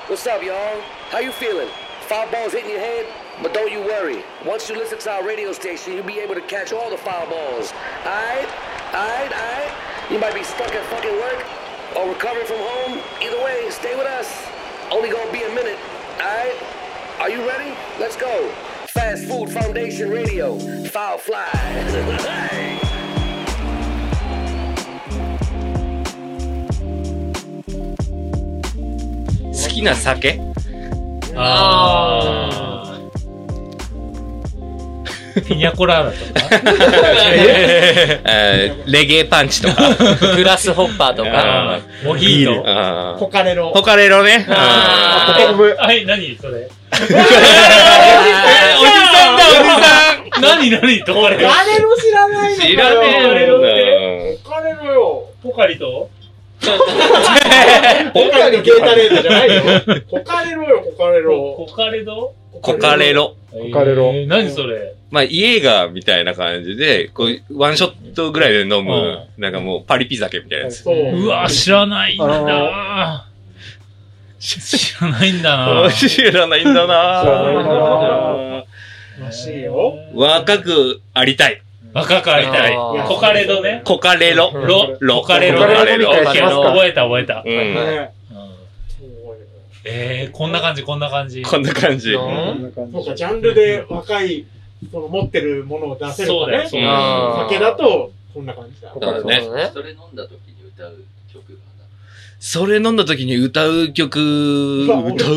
What's up, y'all? How you feeling? Foul balls hitting your head? But don't you worry. Once you listen to our radio station, you'll be able to catch all the foul balls. Alright? You might be stuck at fucking work or recovering from home. Either way, stay with us. Only gonna be a minute. Alright? Are you ready? Let's go. Fast Food Foundation Radio. Foul Fly. 好きな酒？ ピニャコラーダとかレゲエパンチとかグラスホッパーとかモヒートポカレロポカレロね。 はい、何それおじさんだ、おじさん。 何ポカレロポカレロ知らないのかよ。 知らねえよ。 ポカレロよ。 ポカリとポカリのゲータレードじゃないよ。ポカレロよ、ポカレロ。 ポカレドポカレロ。 ポカレロ。 何それまあ、イエーガーみたいな感じで、こう、ワンショットぐらいで飲む、なんかもうパリピ酒みたいなやつ。 うわ、知らないんだ。知らないんだな。 知らないんだな。 らしいよ。 若くありたい。 若くありたい。ポカレドね。 ポカレロ。 ポカレロ。覚えた。こんな感じ。 こんな感じ。 そうか、ジャンルで若い、その持ってるものを出せるかね。酒だと、こんな感じだ。 そうだね。 それ飲んだ時に歌う曲がそれ飲んだ時に歌う曲。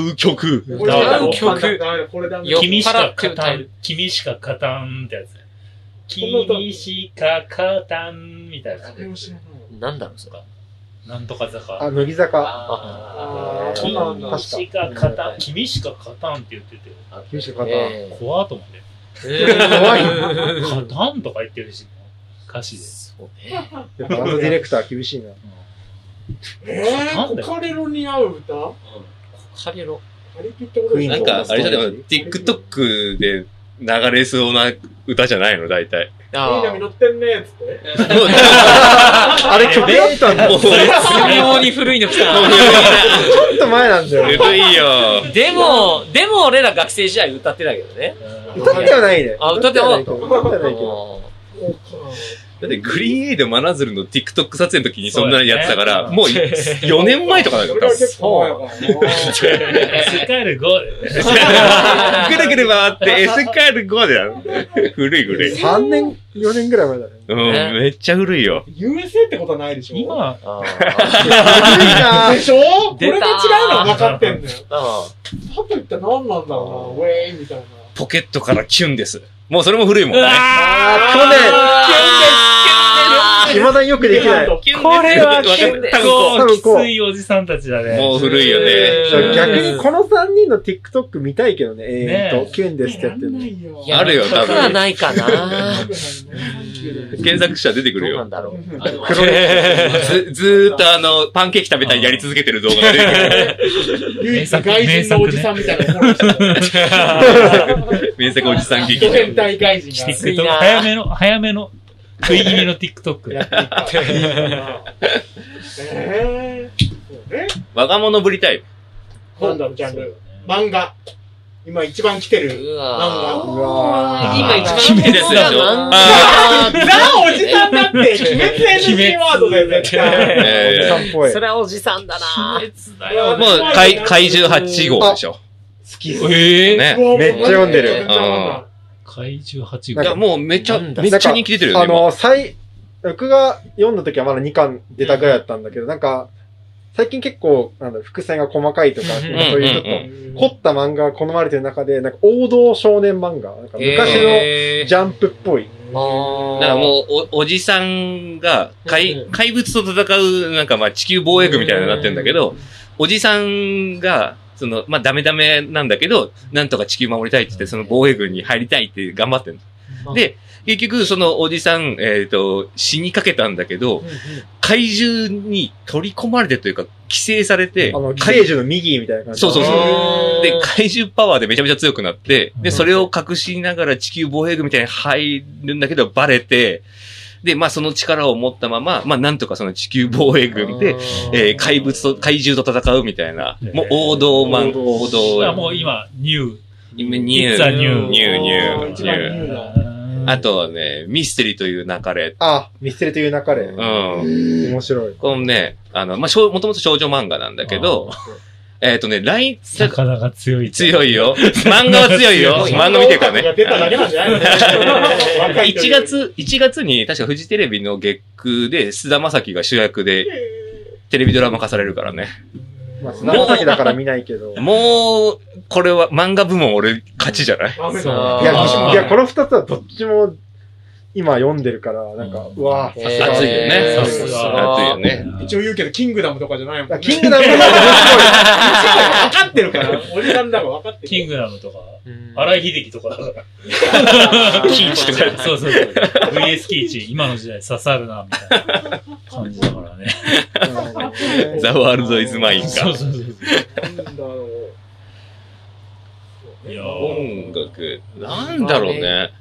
君しか勝たんってやつ。君しか勝たんみたいな。 なんだろうそれ。 なんとか坂。 乃木坂。 君しか勝たん。君しか勝たんって言ってて。 君しか勝たん。 怖っと思って。 怖い。 勝たんとか言ってるし、歌詞で。 そうね。 やっぱディレクター厳しいな。 ポカレロに合う歌？ポカレロ。 なんか、あれだよ、TikTok で流れそうな歌じゃないの、大体。 いい波乗ってんね、つって。 あれ曲だったんだ。 微妙に古いの来たな。 ちょっと前なんだよ。 古いよ。 でも俺ら学生時代歌ってたけどね。 歌ってはないね。 歌ってはないけど。 だってグリーンエイド真鶴の TikTok 撮影の時にそんなのやってたから、もう4年前とかだよ。 そう。 エスカル5。 ぐるぐる回ってエスカル5だよ。古い。 3年、4年ぐらい前だね。 めっちゃ古いよ。 USA ってことはないでしょ今。 でしょこれで違うのは分かってんだよ。パッと言ったら何なんだろうな、ウェーイみたいな。 ポケットからキュンです。もうそれも古いもんね。 去年未だによくできない。 これは結構きついおじさんたちだね。 もう古いよね。 逆にこの3人の TikTok 見たいけどね。キュンですってやってるの。 あるよ、多分。 はないかな。 検索したら出てくるよ。 なんだろう。 ずーっとパンケーキ食べたりやり続けてる動画が出てくる。 唯一外人のおじさんみたいなところに名作おじさん劇場。 変態外人が。 早めの。食い気味の TikTok。 若者ぶりタイプ。なんだろう、ジャンル。漫画。今一番来てる漫画。 今一番来てるやつでしょ。 ザおじさんだって、鬼滅 NG ワードだよ、絶対。 それはおじさんだな。 もう、怪獣8号でしょ。 好き。 ね。 めっちゃ読んでる。 怪獣8 号。いや、もうめっちゃ人気出てるよね。 僕が読んだ時はまだ2巻出たぐらいだったんだけど、なんか、最近結構、伏線が細かいとか、そういうちょっと、凝った漫画が好まれてる中で、なんか王道少年漫画、なんか昔のジャンプっぽい。 だからもう、おじさんが、怪物と戦う、なんかまあ地球防衛軍みたいなのになってるんだけど、おじさんが、まあダメなんだけど、なんとか地球守りたいって言って、その防衛軍に入りたいって頑張ってるの。で、結局、そのおじさん、死にかけたんだけど、怪獣に取り込まれてというか、寄生されて、 寄生獣の右みたいな感じ。 そう。で、怪獣パワーでめちゃめちゃ強くなって、で、それを隠しながら地球防衛軍みたいに入るんだけど、バレて、 で、まあその力を持ったまま、まあなんとかその地球防衛軍で、怪獣と戦うみたいな、もう王道。 もう今、ニュー。 あとね、ミステリーという流れ。 ミステリーという流れ。面白い。 このね、まあ、もともと少女漫画なんだけど、 魚が強い。 強いよ。漫画は強いよ。漫画見てるからね。 出ただけなんじゃない 1月に確かフジテレビの月9で菅田将暉が主役でテレビドラマ化されるからね。 まあ、菅田将暉だから見ないけど。 もう、これは漫画部門俺勝ちじゃない？ いや、この二つはどっちも今読んでるから、なんか、うわぁ、 熱いよね。熱いよね。 一応言うけど、キングダムとかじゃないもんね。 キングダムとか分かってるから、おじさんだから分かってる。 キングダムとか、荒井秀樹とかだから。 キーチとか。 そう。VS キーチ、今の時代刺さるな、みたいな感じだからね。 ザワールドイズマインか。 そう。 なんだろう。 いや音楽、なんだろうね。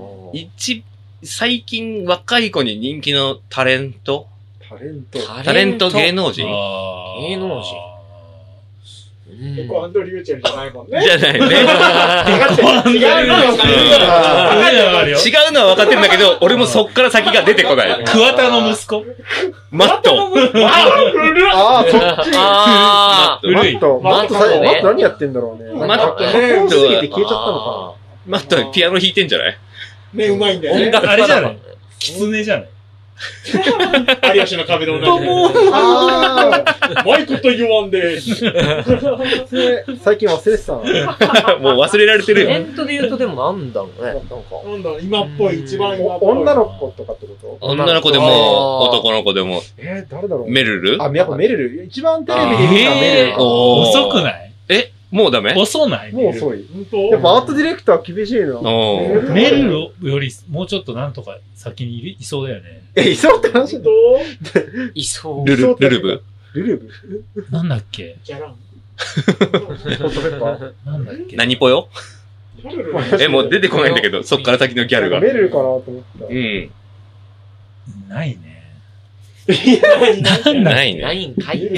最近若い子に人気のタレント芸能人芸能人。 結構アンドリューチェルじゃないもんね。 じゃないね。 違うのは分かってるんだけど、俺もそっから先が出てこない。 桑田の息子マット。 そっち。 古い。 マット何やってんだろうね。 マットね。すぎて消えちゃったのかマットピアノ弾いてんじゃない？ ね、うまいんだよね。 音楽あれじゃない？キツネじゃない？ 有吉の壁の同じ。マイクと言わんで。 最近忘れてたな。 もう忘れられてるよ。 タレントで言うとでもなんだろうね。 なんだろう、今っぽい、一番今っぽい。 女の子とかってこと？ 女の子でも、男の子でも。 誰だろう？ メルル？ やっぱメルル。一番テレビで見たメルル。 遅くない？ もうダメ？ 遅ない？ もう遅い。やっぱアートディレクター厳しいな。 メルルよりもうちょっとなんとか先にいそうだよね。 いそうって話だ。 いそう。 ルルブなんだっけ？ じゃらん。 ホットペッパーなんだっけ？ 何ぽよ？もう出てこないんだけど、そっから先のギャルが。 メルルかなと思った。 ないね。 ないね。 ないんかい。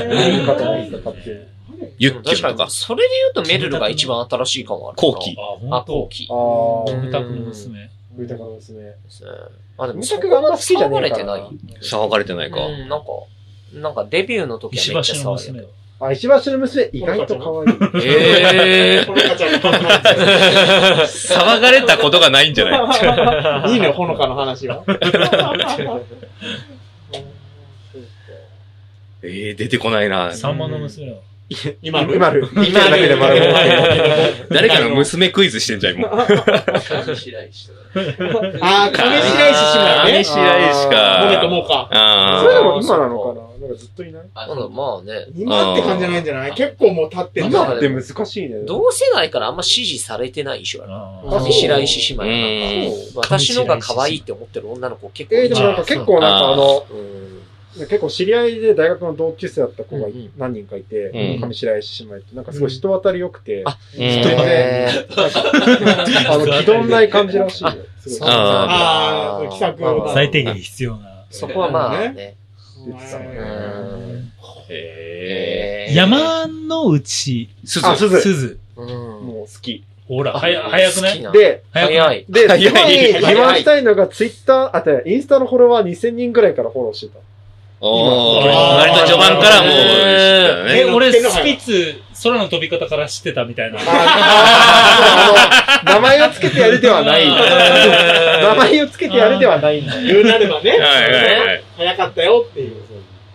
ユッキョとか。 それで言うとメルルが一番新しいかもある。 後期。 後期。 ムタクの娘。 ムタクの娘。 でもムタクがあんま好きじゃねえかな。 騒がれてないか。 なんかデビューの時はめっちゃ騒いでた。 石橋の娘意外と可愛い。 騒がれたことがないんじゃない？ いいね、ほのかの話は。 出てこないな。 さんまの娘は。 今る。 だけで丸誰かの娘クイズしてんじゃん、もう。 上白石とか。 上白石姉妹ね。 上白石か。 モネとモーか。 それでも今なのかな？なんかずっといない？ まあね。 今って感じじゃないんじゃない？結構もう経ってる。 今って難しいね。 同世代からあんま支持されてない一緒やな。上白石姉妹なんか。私のが可愛いって思ってる女の子結構いる。 でもなんか結構なんか結構知り合いで大学の同級生だった子が何人かいて、上白石姉妹ってなんかすごい人当たり良くて、人で、気取んない感じらしいよ。すごい。 気さくな。 最低限必要な。 そこはまあね。 山の内。 鈴。もう好き。 ほら、早くない？ で、 早い。 で、すごい自慢したいのがツイッター、インスタのフォロワー2000人ぐらいからフォローしてた。 割と序盤からもう、 俺、スピッツ、空の飛び方から知ってたみたいな。 名前をつけてやるではない。名前をつけてやるではないんだ。 言うなればね。早かったよっていう。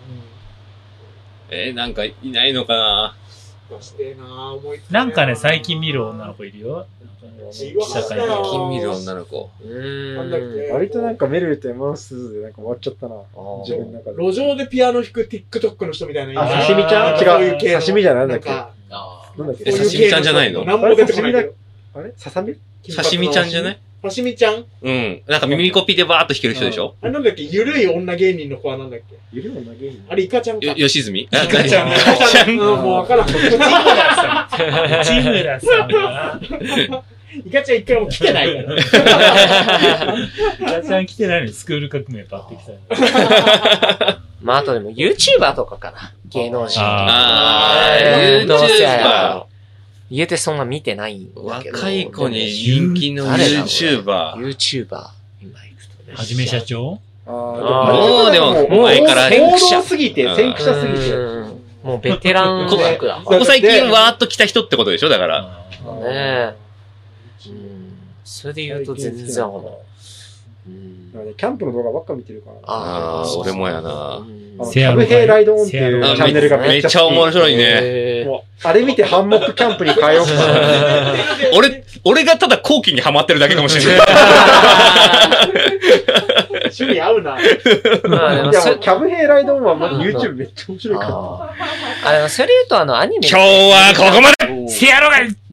なんかいないのかな？ なんかね、最近見る女の子いるよ。 最近見る女の子。 割となんかメルルと山之鈴でなんか終わっちゃったな。自分の中で。 路上でピアノ弾く TikTok の人みたいな。 刺身ちゃん？違う。刺身じゃないんだっけ？なんだっけ？ 刺身ちゃんじゃないの？ 何も出てこないけど。 あれ？ささみ？ 刺身ちゃんじゃない？ 刺身ちゃん？ なんか耳コピでバーっと弾ける人でしょ？ あれなんだっけ？ゆるい女芸人の子はなんだっけ？ ゆるい女芸人？ あれイカちゃんか。 吉住？イカちゃん。イカちゃん。もうわからん。 内村さんが。 イカちゃん一回も来てないから。 イカちゃん来てないのにスクール革命抜擢された。 まあ、あとでも YouTuber とかかな。芸能人。 YouTuber どうせや言えてそんな見てないんだけど。 若い子に人気の YouTuber。 YouTuber。今行くとね。 はじめ社長もうでも、前から。 先駆者すぎて。 もうベテラン枠だ。 ここ最近わーっと来た人ってことでしょだから。 ねえ。それで言うと全然わかんない。 キャンプの動画ばっか見てるから。 ああ、俺もやな。 キャブヘイライドオンっていうチャンネルがめっちゃ面白いね。 あれ見てハンモックキャンプに変えようかな。 俺がただ後期にハマってるだけかもしれない。 趣味合うな。 いや、キャブヘイライドオンはまだ YouTube めっちゃ面白いから。 でもそれ言うとアニメ。 今日はここまでせやろが